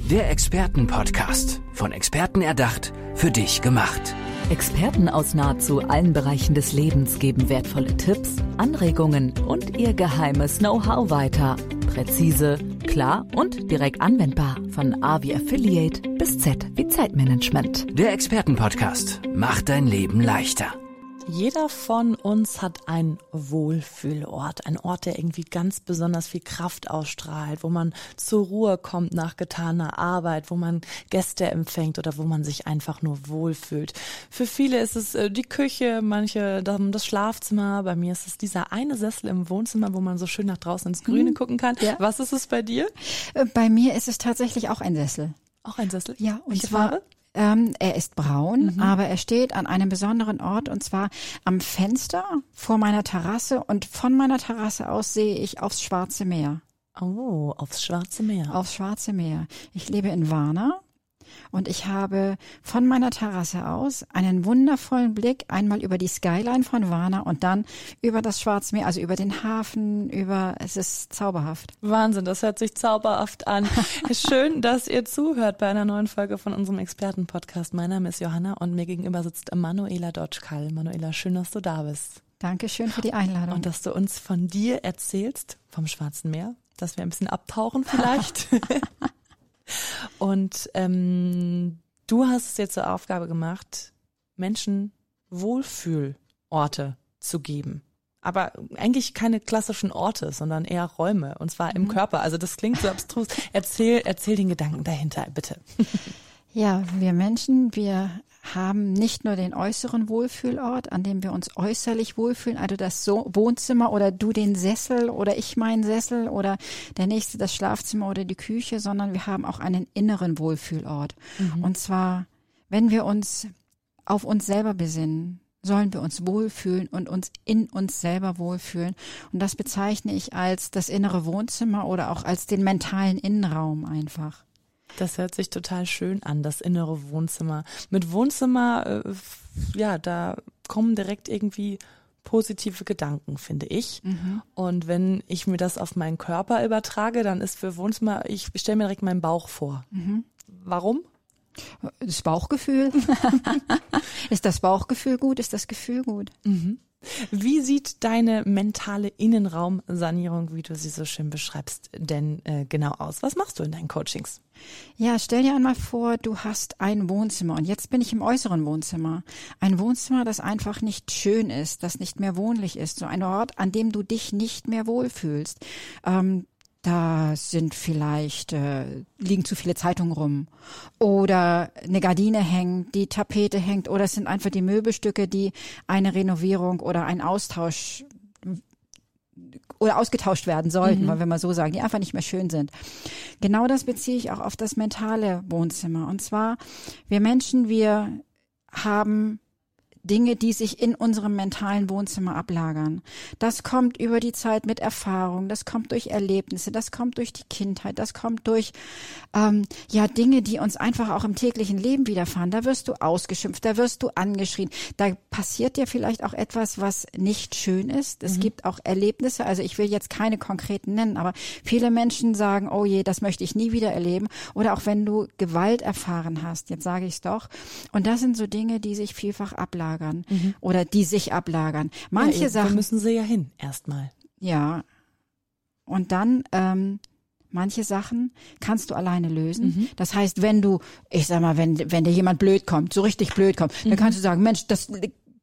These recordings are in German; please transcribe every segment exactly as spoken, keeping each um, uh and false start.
Der Expertenpodcast. Von Experten erdacht, für dich gemacht. Experten aus nahezu allen Bereichen des Lebens geben wertvolle Tipps, Anregungen und ihr geheimes Know-how weiter. Präzise, klar und direkt anwendbar. Von A wie Affiliate bis Z wie Zeitmanagement. Der Expertenpodcast macht dein Leben leichter. Jeder von uns hat einen Wohlfühlort, ein Ort, der irgendwie ganz besonders viel Kraft ausstrahlt, wo man zur Ruhe kommt nach getaner Arbeit, wo man Gäste empfängt oder wo man sich einfach nur wohlfühlt. Für viele ist es die Küche, manche das Schlafzimmer, bei mir ist es dieser eine Sessel im Wohnzimmer, wo man so schön nach draußen ins Grüne gucken kann. Ja. Was ist es bei dir? Bei mir ist es tatsächlich auch ein Sessel. Auch ein Sessel? Ja, und Welche zwar Farbe? Ähm, er ist braun, Mhm. aber er steht an einem besonderen Ort und zwar am Fenster vor meiner Terrasse und von meiner Terrasse aus sehe ich aufs Schwarze Meer. Oh, aufs Schwarze Meer. Aufs Schwarze Meer. Ich lebe in Varna und ich habe von meiner Terrasse aus einen wundervollen Blick einmal über die Skyline von Varna und dann über das Schwarze Meer, also über den Hafen, über, es ist zauberhaft. Wahnsinn, das hört sich zauberhaft an. Schön, dass ihr zuhört bei einer neuen Folge von unserem Expertenpodcast. Mein Name ist Johanna und mir gegenüber sitzt Manuela Dotschkal. Manuela, schön, dass du da bist. Dankeschön für die Einladung. Und dass du uns von dir erzählst, vom Schwarzen Meer, dass wir ein bisschen abtauchen vielleicht. Und ähm, du hast es jetzt zur Aufgabe gemacht, Menschen Wohlfühlorte zu geben. Aber eigentlich keine klassischen Orte, sondern eher Räume, und zwar im mhm. Körper. Also das klingt so abstrus. Erzähl, erzähl den Gedanken dahinter, bitte. Ja, wir Menschen, wir haben nicht nur den äußeren Wohlfühlort, an dem wir uns äußerlich wohlfühlen, also das so Wohnzimmer oder du den Sessel oder ich meinen Sessel oder der nächste das Schlafzimmer oder die Küche, sondern wir haben auch einen inneren Wohlfühlort. Mhm. Und zwar, wenn wir uns auf uns selber besinnen, sollen wir uns wohlfühlen und uns in uns selber wohlfühlen. Und das bezeichne ich als das innere Wohnzimmer oder auch als den mentalen Innenraum einfach. Das hört sich total schön an, das innere Wohnzimmer. Mit Wohnzimmer, äh, ja, da kommen direkt irgendwie positive Gedanken, finde ich. Mhm. Und wenn ich mir das auf meinen Körper übertrage, dann ist für Wohnzimmer, ich stelle mir direkt meinen Bauch vor. Mhm. Warum? Das Bauchgefühl. Ist das Bauchgefühl gut? Ist das Gefühl gut? Mhm. Wie sieht deine mentale Innenraumsanierung, wie du sie so schön beschreibst, denn äh, genau aus? Was machst du in deinen Coachings? Ja, stell dir einmal vor, du hast ein Wohnzimmer und jetzt bin ich im äußeren Wohnzimmer. Ein Wohnzimmer, das einfach nicht schön ist, das nicht mehr wohnlich ist. So ein Ort, an dem du dich nicht mehr wohlfühlst. Ähm, Da sind vielleicht, äh, liegen zu viele Zeitungen rum oder eine Gardine hängt, die Tapete hängt oder es sind einfach die Möbelstücke, die eine Renovierung oder ein Austausch oder ausgetauscht werden sollten, mhm. wollen wir mal so sagen, die einfach nicht mehr schön sind. Genau das beziehe ich auch auf das mentale Wohnzimmer. Und zwar, wir Menschen, wir haben Dinge, die sich in unserem mentalen Wohnzimmer ablagern. Das kommt über die Zeit mit Erfahrung, das kommt durch Erlebnisse, das kommt durch die Kindheit, das kommt durch ähm, ja Dinge, die uns einfach auch im täglichen Leben widerfahren. Da wirst du ausgeschimpft, da wirst du angeschrien, da passiert dir vielleicht auch etwas, was nicht schön ist. Es mhm. gibt auch Erlebnisse, also ich will jetzt keine konkreten nennen, aber viele Menschen sagen, oh je, das möchte ich nie wieder erleben. Oder auch wenn du Gewalt erfahren hast, jetzt sage ich es doch. Und das sind so Dinge, die sich vielfach ablagern. Mhm. Oder die sich ablagern. Manche ja, Sachen müssen sie ja hin, erstmal. Ja. Und dann, ähm, manche Sachen kannst du alleine lösen. Mhm. Das heißt, wenn du, ich sag mal, wenn, wenn dir jemand blöd kommt, so richtig blöd kommt, mhm. dann kannst du sagen, Mensch, das,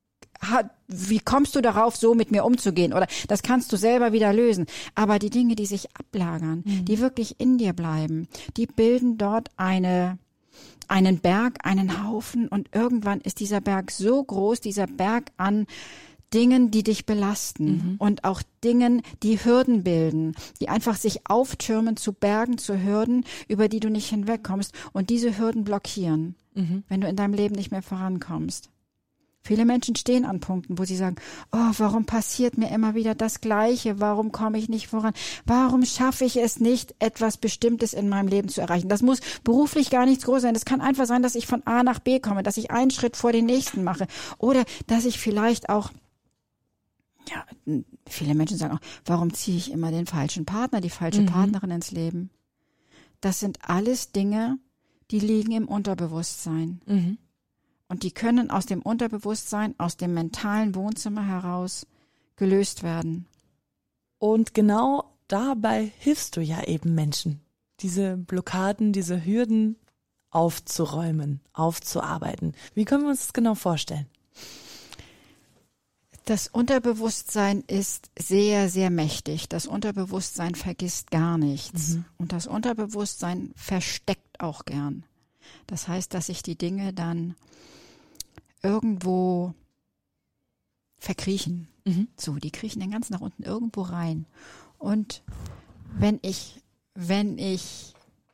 wie kommst du darauf, so mit mir umzugehen? Oder das kannst du selber wieder lösen. Aber die Dinge, die sich ablagern, mhm. die wirklich in dir bleiben, die bilden dort eine, einen Berg, einen Haufen und irgendwann ist dieser Berg so groß, dieser Berg an Dingen, die dich belasten mhm. und auch Dingen, die Hürden bilden, die einfach sich auftürmen zu Bergen, zu Hürden, über die du nicht hinwegkommst und diese Hürden blockieren, mhm. wenn du in deinem Leben nicht mehr vorankommst. Viele Menschen stehen an Punkten, wo sie sagen, oh, warum passiert mir immer wieder das Gleiche? Warum komme ich nicht voran? Warum schaffe ich es nicht, etwas Bestimmtes in meinem Leben zu erreichen? Das muss beruflich gar nichts groß sein. Das kann einfach sein, dass ich von A nach B komme, dass ich einen Schritt vor den nächsten mache oder dass ich vielleicht auch, ja, viele Menschen sagen auch, warum ziehe ich immer den falschen Partner, die falsche mhm. Partnerin ins Leben? das sind alles Dinge, die liegen im Unterbewusstsein. Mhm. Und die können aus dem Unterbewusstsein, aus dem mentalen Wohnzimmer heraus gelöst werden. Und genau dabei hilfst du ja eben Menschen, diese Blockaden, diese Hürden aufzuräumen, aufzuarbeiten. Wie können wir uns das genau vorstellen? Das Unterbewusstsein ist sehr, sehr mächtig. Das Unterbewusstsein vergisst gar nichts. Mhm. Und das Unterbewusstsein versteckt auch gern. Das heißt, dass sich die Dinge dann irgendwo verkriechen. Mhm. So, die kriechen dann ganz nach unten irgendwo rein. Und wenn ich, wenn ich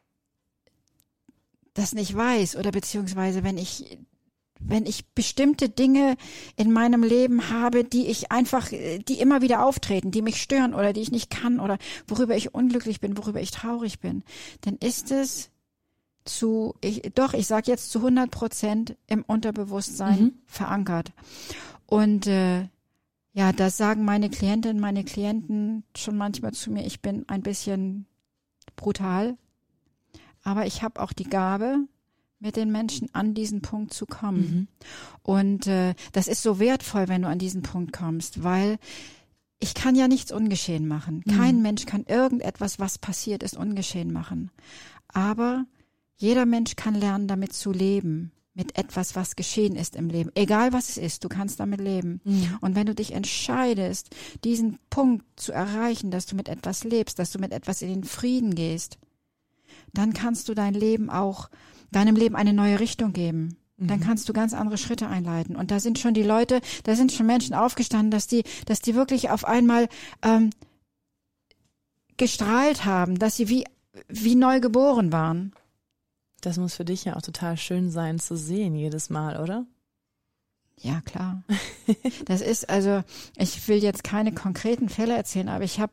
das nicht weiß oder beziehungsweise wenn ich wenn ich bestimmte Dinge in meinem Leben habe, die ich einfach, die immer wieder auftreten, die mich stören oder die ich nicht kann oder worüber ich unglücklich bin, worüber ich traurig bin, dann ist es zu, ich, doch, ich sage jetzt zu hundert Prozent im Unterbewusstsein mhm. verankert. Und äh, ja, das sagen meine Klientinnen, meine Klienten schon manchmal zu mir, ich bin ein bisschen brutal, aber ich habe auch die Gabe, mit den Menschen an diesen Punkt zu kommen. Mhm. Und äh, das ist so wertvoll, wenn du an diesen Punkt kommst, weil ich kann ja nichts ungeschehen machen. Kein mhm. Mensch kann irgendetwas, was passiert ist, ungeschehen machen. Aber jeder Mensch kann lernen, damit zu leben, mit etwas, was geschehen ist im Leben. Egal was es ist, du kannst damit leben. Mhm. Und wenn du dich entscheidest, diesen Punkt zu erreichen, dass du mit etwas lebst, dass du mit etwas in den Frieden gehst, dann kannst du dein Leben auch deinem Leben eine neue Richtung geben. Dann kannst du ganz andere Schritte einleiten. Und da sind schon die Leute, da sind schon Menschen aufgestanden, dass die, dass die wirklich auf einmal ähm, gestrahlt haben, dass sie wie, wie neu geboren waren. Das muss für dich ja auch total schön sein zu sehen jedes Mal, oder? Ja, klar. Das ist also, ich will jetzt keine konkreten Fälle erzählen, aber ich habe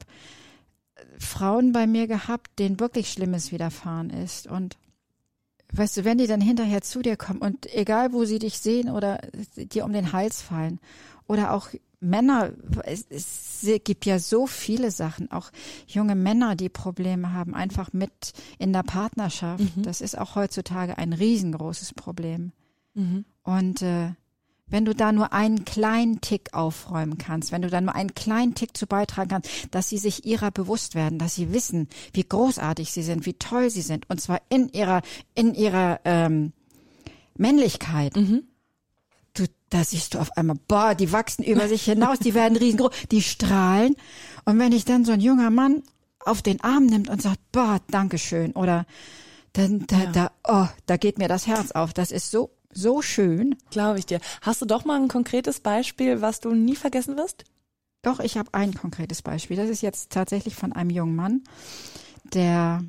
Frauen bei mir gehabt, denen wirklich Schlimmes widerfahren ist. Und weißt du, wenn die dann hinterher zu dir kommen und egal, wo sie dich sehen oder dir um den Hals fallen oder auch Männer, es, es gibt ja so viele Sachen, auch junge Männer, die Probleme haben, einfach mit in der Partnerschaft. Mhm. Das ist auch heutzutage ein riesengroßes Problem. Mhm. Und äh, wenn du da nur einen kleinen Tick aufräumen kannst, wenn du da nur einen kleinen Tick zu beitragen kannst, dass sie sich ihrer bewusst werden, dass sie wissen, wie großartig sie sind, wie toll sie sind, und zwar in ihrer in ihrer ähm, Männlichkeit. Mhm. Du, da siehst du auf einmal, boah, die wachsen über sich hinaus, die werden riesengroß, die strahlen. Und wenn dich dann so ein junger Mann auf den Arm nimmt und sagt, boah, Dankeschön, oder dann da, ja. da, oh, da geht mir das Herz auf. Das ist so So schön. Glaube ich dir. Hast du doch mal ein konkretes Beispiel, was du nie vergessen wirst? Doch, ich habe ein konkretes Beispiel. Das ist jetzt tatsächlich von einem jungen Mann, der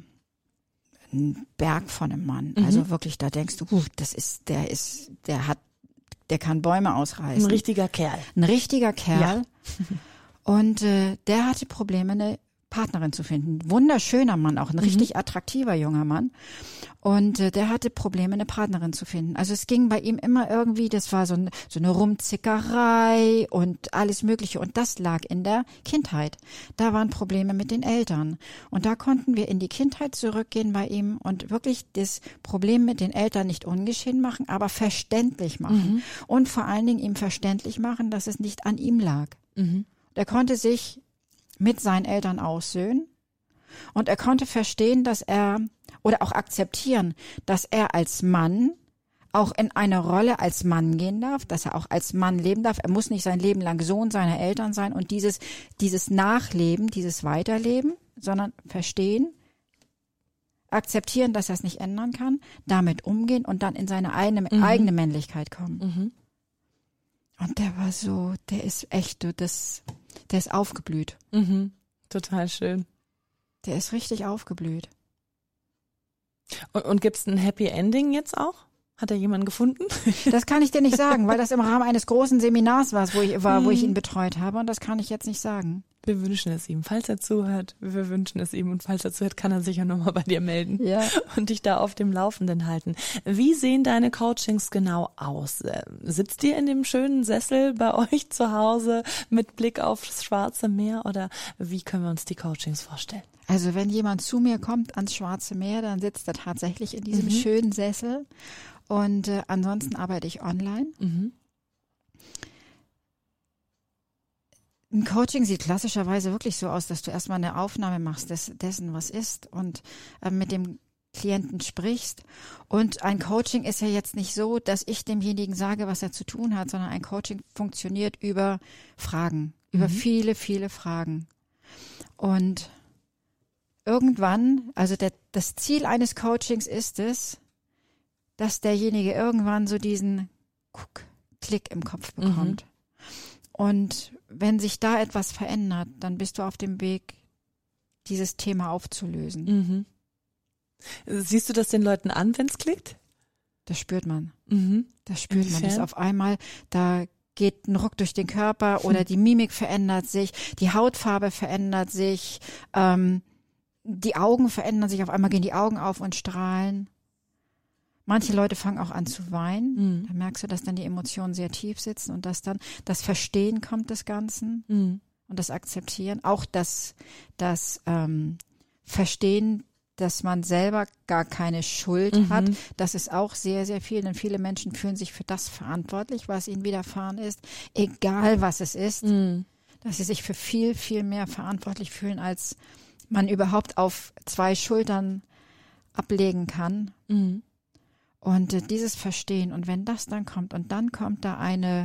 ein Berg von einem Mann. Mhm. Also wirklich, da denkst du, uh, das ist, der ist, der hat, der kann Bäume ausreißen. Ein richtiger Kerl. Ein richtiger Kerl. Ja. Und äh, der hatte Probleme, eine Partnerin zu finden. Wunderschöner Mann, auch ein mhm. richtig attraktiver junger Mann. Und äh, der hatte Probleme, eine Partnerin zu finden. Also es ging bei ihm immer irgendwie, das war so, ein, so eine Rumzickerei und alles Mögliche. Und das lag in der Kindheit. Da waren Probleme mit den Eltern. Und da konnten wir in die Kindheit zurückgehen bei ihm und wirklich das Problem mit den Eltern nicht ungeschehen machen, aber verständlich machen. Mhm. Und vor allen Dingen ihm verständlich machen, dass es nicht an ihm lag. Mhm. Der konnte sich mit seinen Eltern aussöhnen und er konnte verstehen, dass er oder auch akzeptieren, dass er als Mann auch in eine Rolle als Mann gehen darf, dass er auch als Mann leben darf. Er muss nicht sein Leben lang Sohn seiner Eltern sein und dieses dieses Nachleben, dieses Weiterleben, sondern verstehen, akzeptieren, dass er es nicht ändern kann, damit umgehen und dann in seine eigene, mhm. eigene Männlichkeit kommen. Mhm. Und der war so, der ist echt, das, der ist aufgeblüht. Mhm. Total schön. Der ist richtig aufgeblüht. Und, und gibt's ein Happy Ending jetzt auch? Hat er jemanden gefunden? Das kann ich dir nicht sagen, weil das im Rahmen eines großen Seminars war, wo ich, war, wo ich ihn betreut habe, und das kann ich jetzt nicht sagen. Wir wünschen es ihm, falls er zuhört. Wir wünschen es ihm, und falls er zuhört, kann er sich ja nochmal bei dir melden, ja, und dich da auf dem Laufenden halten. Wie sehen deine Coachings genau aus? Sitzt ihr in dem schönen Sessel bei euch zu Hause mit Blick aufs Schwarze Meer, oder wie können wir uns die Coachings vorstellen? Also wenn jemand zu mir kommt ans Schwarze Meer, dann sitzt er tatsächlich in diesem Mhm. schönen Sessel und äh, ansonsten arbeite ich online. Mhm. Ein Coaching sieht klassischerweise wirklich so aus, dass du erstmal eine Aufnahme machst des, dessen, was ist und äh, mit dem Klienten sprichst. Und ein Coaching ist ja jetzt nicht so, dass ich demjenigen sage, was er zu tun hat, sondern ein Coaching funktioniert über Fragen, über Mhm. viele, viele Fragen. Und irgendwann, also der, das Ziel eines Coachings ist es, dass derjenige irgendwann so diesen Kuck, Klick im Kopf bekommt. Und wenn sich da etwas verändert, dann bist du auf dem Weg, dieses Thema aufzulösen. Mhm. Siehst du das den Leuten an, wenn es klickt? Das spürt man. Mhm. Das spürt man. Das Inwiefern? auf einmal, da geht ein Ruck durch den Körper oder die Mimik verändert sich, die Hautfarbe verändert sich, ähm, die Augen verändern sich, auf einmal gehen die Augen auf und strahlen. Manche Leute fangen auch an zu weinen. Mhm. Da merkst du, dass dann die Emotionen sehr tief sitzen und dass dann das Verstehen kommt des Ganzen Mhm. und das Akzeptieren. Auch das, das ähm, Verstehen, dass man selber gar keine Schuld Mhm. hat. Das ist auch sehr, sehr viel, denn viele Menschen fühlen sich für das verantwortlich, was ihnen widerfahren ist, egal was es ist, Mhm. dass sie sich für viel, viel mehr verantwortlich fühlen, als man überhaupt auf zwei Schultern ablegen kann. Mhm. Und äh, dieses Verstehen, und wenn das dann kommt, und dann kommt da eine,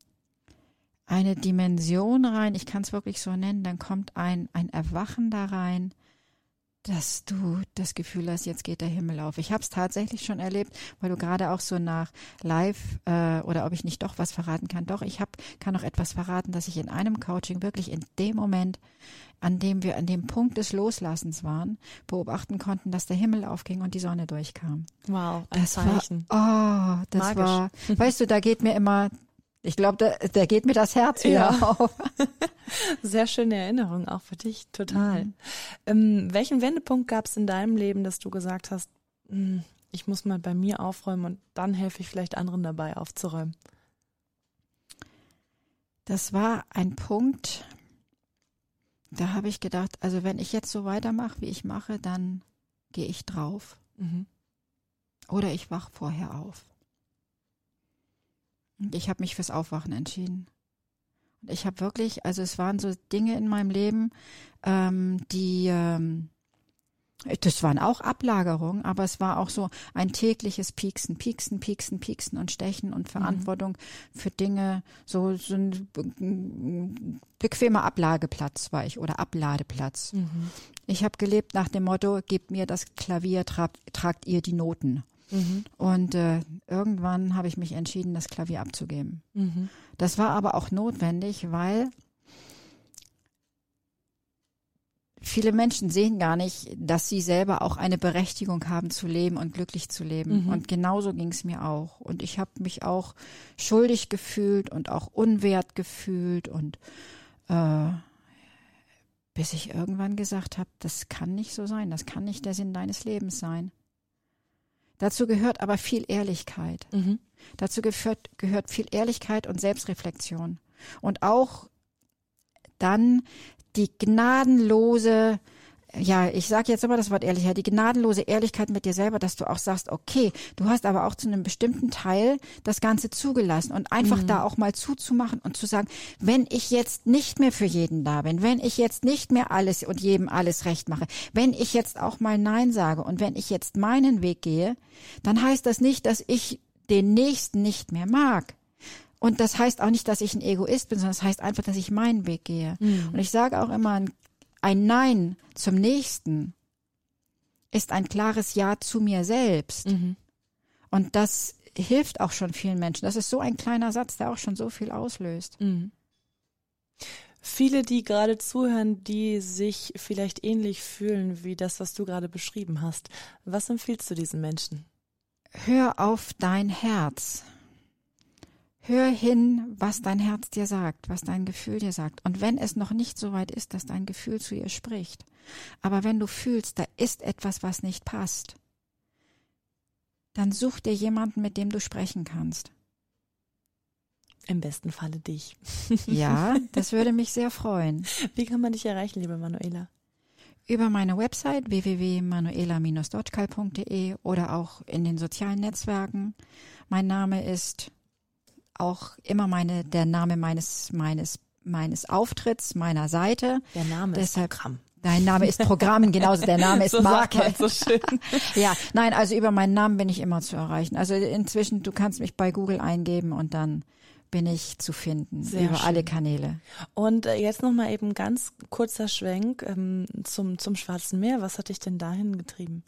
eine Dimension rein, ich kann es wirklich so nennen, dann kommt ein, ein Erwachen da rein, dass du das Gefühl hast, jetzt geht der Himmel auf. Ich habe es tatsächlich schon erlebt, weil du gerade auch so nach live äh, oder ob ich nicht doch was verraten kann. Doch, ich hab, kann noch etwas verraten, dass ich in einem Coaching wirklich in dem Moment, an dem wir an dem Punkt des Loslassens waren, beobachten konnten, dass der Himmel aufging und die Sonne durchkam. Wow, ein Das Zeichen. War, oh, das Magisch. war, weißt du, da geht mir immer, ich glaube, da, da geht mir das Herz wieder Ja. auf. Sehr schöne Erinnerung, auch für dich, total. Mhm. Ähm, welchen Wendepunkt gab es in deinem Leben, dass du gesagt hast, hm, ich muss mal bei mir aufräumen und dann helfe ich vielleicht anderen dabei aufzuräumen? Das war ein Punkt, da habe ich gedacht, also wenn ich jetzt so weitermache, wie ich mache, dann gehe ich drauf Mhm. oder ich wach vorher auf. Und ich habe mich fürs Aufwachen entschieden. Und ich habe wirklich, also es waren so Dinge in meinem Leben, ähm, die, ähm, das waren auch Ablagerungen, aber es war auch so ein tägliches Pieksen, Pieksen, Pieksen, Pieksen und Stechen und Verantwortung für Dinge, so, so ein be- bequemer Ablageplatz war ich oder Abladeplatz. Mhm. Ich habe gelebt nach dem Motto, gebt mir das Klavier, tragt, tragt ihr die Noten. Mhm. Und äh, irgendwann habe ich mich entschieden, das Klavier abzugeben. Mhm. Das war aber auch notwendig, weil viele Menschen sehen gar nicht, dass sie selber auch eine Berechtigung haben zu leben und glücklich zu leben. Mhm. Und genauso ging es mir auch. Und ich habe mich auch schuldig gefühlt und auch unwert gefühlt und äh, bis ich irgendwann gesagt habe, das kann nicht so sein, das kann nicht der Sinn deines Lebens sein. Dazu gehört aber viel Ehrlichkeit. Mhm. Dazu gehört, gehört viel Ehrlichkeit und Selbstreflexion. Und auch dann die gnadenlose, ja, ich sage jetzt immer das Wort Ehrlichkeit, die gnadenlose Ehrlichkeit mit dir selber, dass du auch sagst, okay, du hast aber auch zu einem bestimmten Teil das Ganze zugelassen und einfach Mhm. da auch mal zuzumachen und zu sagen, wenn ich jetzt nicht mehr für jeden da bin, wenn ich jetzt nicht mehr alles und jedem alles recht mache, wenn ich jetzt auch mal Nein sage und wenn ich jetzt meinen Weg gehe, dann heißt das nicht, dass ich den Nächsten nicht mehr mag. Und das heißt auch nicht, dass ich ein Egoist bin, sondern das heißt einfach, dass ich meinen Weg gehe. Mhm. Und ich sage auch immer, ein, ein Nein zum Nächsten ist ein klares Ja zu mir selbst. Mhm. Und das hilft auch schon vielen Menschen. Das ist so ein kleiner Satz, der auch schon so viel auslöst. Mhm. Viele, die gerade zuhören, die sich vielleicht ähnlich fühlen wie das, was du gerade beschrieben hast. Was empfiehlst du diesen Menschen? Hör auf dein Herz. Hör hin, was dein Herz dir sagt, was dein Gefühl dir sagt. Und wenn es noch nicht so weit ist, dass dein Gefühl zu ihr spricht, aber wenn du fühlst, da ist etwas, was nicht passt, dann such dir jemanden, mit dem du sprechen kannst. Im besten Falle dich. Ja, das würde mich sehr freuen. Wie kann man dich erreichen, liebe Manuela? Über meine Website w w w punkt manuela Bindestrich dotschkal punkt de oder auch in den sozialen Netzwerken. Mein Name ist auch immer meine, der Name meines, meines, meines Auftritts, meiner Seite. Der Name Deshalb, ist Programm. Dein Name ist Programm, genauso der Name ist so Marke. Sagt man so schön. Ja, nein, also über meinen Namen bin ich immer zu erreichen. Also inzwischen, du kannst mich bei Google eingeben und dann bin ich zu finden. Sehr über schön. alle Kanäle. Und äh, jetzt nochmal eben ganz kurzer Schwenk ähm, zum, zum Schwarzen Meer. Was hat dich denn dahin getrieben?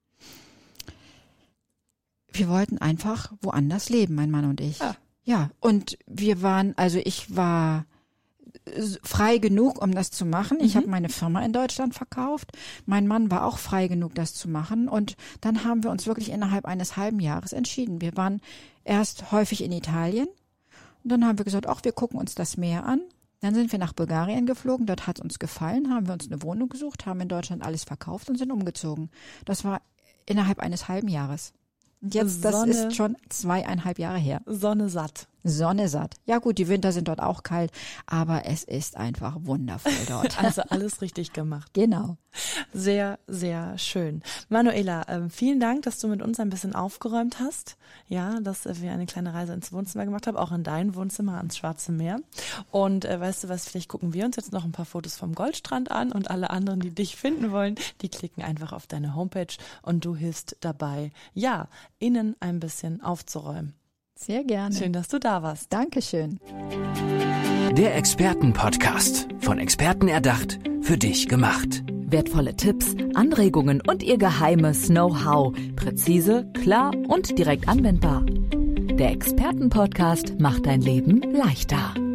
Wir wollten einfach woanders leben, mein Mann und ich. Ja. Ja, und wir waren, also ich war frei genug, um das zu machen. Ich Mhm. habe meine Firma in Deutschland verkauft. Mein Mann war auch frei genug, das zu machen. Und dann haben wir uns wirklich innerhalb eines halben Jahres entschieden. Wir waren erst häufig in Italien. Und dann haben wir gesagt, ach, wir gucken uns das Meer an. Dann sind wir nach Bulgarien geflogen. Dort hat es uns gefallen, haben wir uns eine Wohnung gesucht, haben in Deutschland alles verkauft und sind umgezogen. Das war innerhalb eines halben Jahres. Und jetzt, das Sonne. ist schon zweieinhalb Jahre her. Sonne satt. Sonne satt. Ja gut, die Winter sind dort auch kalt, aber es ist einfach wundervoll dort. Also alles richtig gemacht. Genau. Sehr, sehr schön. Manuela, äh, vielen Dank, dass du mit uns ein bisschen aufgeräumt hast. Ja, dass äh, wir eine kleine Reise ins Wohnzimmer gemacht haben, auch in dein Wohnzimmer ans Schwarze Meer. Und äh, weißt du was, vielleicht gucken wir uns jetzt noch ein paar Fotos vom Goldstrand an und alle anderen, die dich finden wollen, die klicken einfach auf deine Homepage und du hilfst dabei, ja, innen ein bisschen aufzuräumen. Sehr gerne. Schön, dass du da warst. Dankeschön. Der Expertenpodcast. Von Experten erdacht, für dich gemacht. Wertvolle Tipps, Anregungen und ihr geheimes Know-how. Präzise, klar und direkt anwendbar. Der Expertenpodcast macht dein Leben leichter.